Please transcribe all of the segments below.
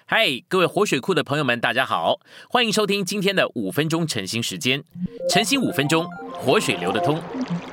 嗨，各位活水库的朋友们，大家好，欢迎收听今天的5分钟晨兴时间。晨兴5分钟，活水流得通。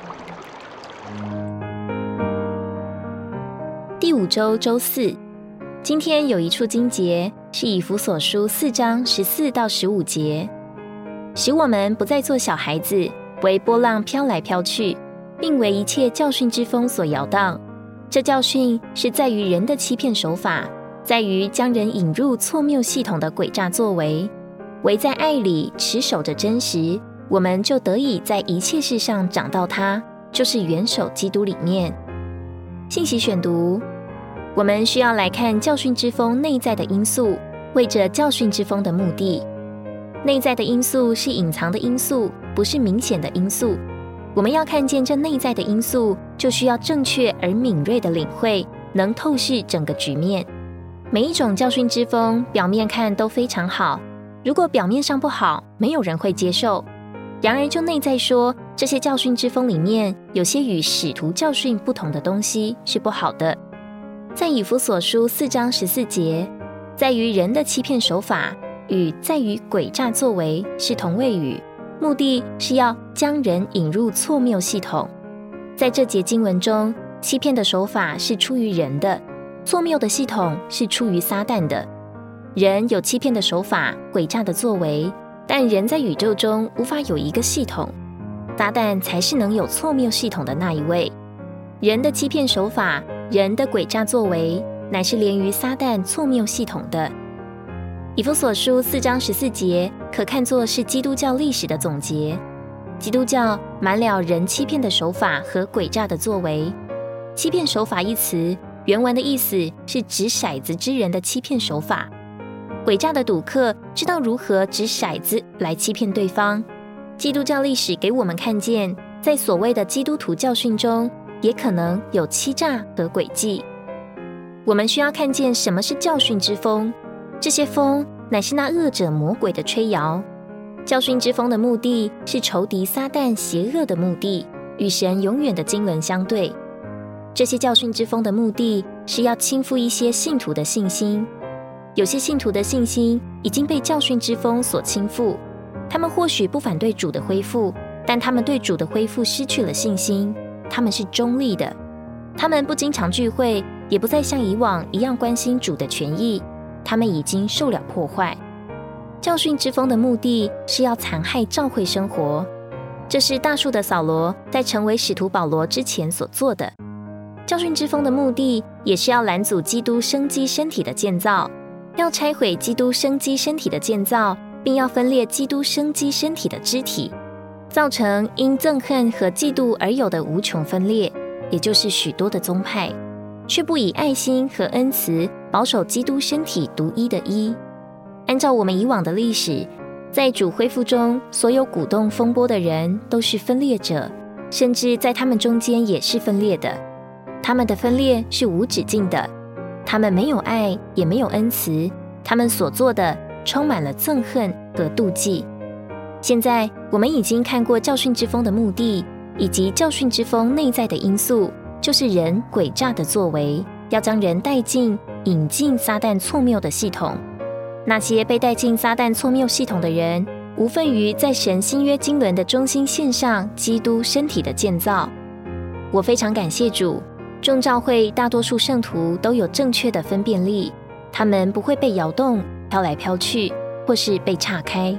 第5周周4，今天有一处经节是以弗所书4章14到15节，使我们不再做小孩子，为波浪飘来飘去，并为一切教训之风所摇荡。这教训是在于人的欺骗手法，在于将人引入错谬系统的诡诈作为。唯在爱里持守着真实，我们就得以在一切事上长到他，就是元首基督里面。信息选读，我们需要来看教训之风内在的因素，为着教训之风的目的。内在的因素是隐藏的因素，不是明显的因素。我们要看见这内在的因素，就需要正确而敏锐的领会，能透视整个局面。每一种教训之风表面看都非常好，如果表面上不好，没有人会接受。然而就内在说，这些教训之风里面有些与使徒教训不同的东西是不好的。在以弗所书4章14节，在于人的欺骗手法与在于诡诈作为是同位语，目的是要将人引入错谬系统。在这节经文中，欺骗的手法是出于人的，错谬的系统是出于撒旦的。人有欺骗的手法、诡诈的作为，但人在宇宙中无法有一个系统，撒旦才是能有错谬系统的那一位。人的欺骗手法、人的诡诈作为，乃是连于撒旦错谬系统的。以弗所书4章14节可看作是基督教历史的总结。基督教满了人欺骗的手法和诡诈的作为。欺骗手法一词，原文的意思是掷骰子之人的欺骗手法。诡诈的赌客知道如何掷骰子来欺骗对方。基督教历史给我们看见，在所谓的基督徒教训中，也可能有欺诈和诡计。我们需要看见什么是教训之风，这些风乃是那恶者魔鬼的吹摇。教训之风的目的是仇敌撒旦邪恶的目的，与神永远的经纶相对。这些教训之风的目的是要倾覆一些信徒的信心。有些信徒的信心已经被教训之风所倾覆，他们或许不反对主的恢复，但他们对主的恢复失去了信心。他们是中立的，他们不经常聚会，也不再像以往一样关心主的权益，他们已经受了破坏。教训之风的目的是要残害教会生活，这是大数的扫罗在成为使徒保罗之前所做的。教训之风的目的也是要拦阻基督生机身体的建造，要拆毁基督生机身体的建造，并要分裂基督生机身体的肢体，造成因憎恨和嫉妒而有的无穷分裂，也就是许多的宗派，却不以爱心和恩慈保守基督身体独一的一。按照我们以往的历史，在主恢复中，所有鼓动风波的人都是分裂者，甚至在他们中间也是分裂的。他们的分裂是无止境的，他们没有爱，也没有恩慈，他们所做的充满了憎恨和妒忌。现在我们已经看过教训之风的目的，以及教训之风内在的因素，就是人诡诈的作为，要将人带进、引进撒旦错谬的系统。那些被带进撒旦错谬系统的人，无分于在神新约经纶的中心线上基督身体的建造。我非常感谢主，众教会大多数圣徒都有正确的分辨力，他们不会被摇动、飘来飘去，或是被岔开。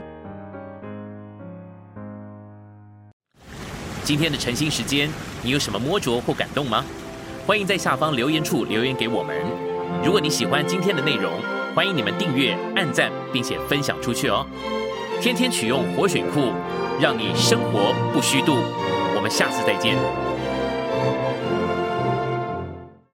今天的晨兴时间，你有什么摸着或感动吗？欢迎在下方留言处留言给我们。如果你喜欢今天的内容，欢迎你们订阅、按赞，并且分享出去哦。天天取用活水库，让你生活不虚度。我们下次再见。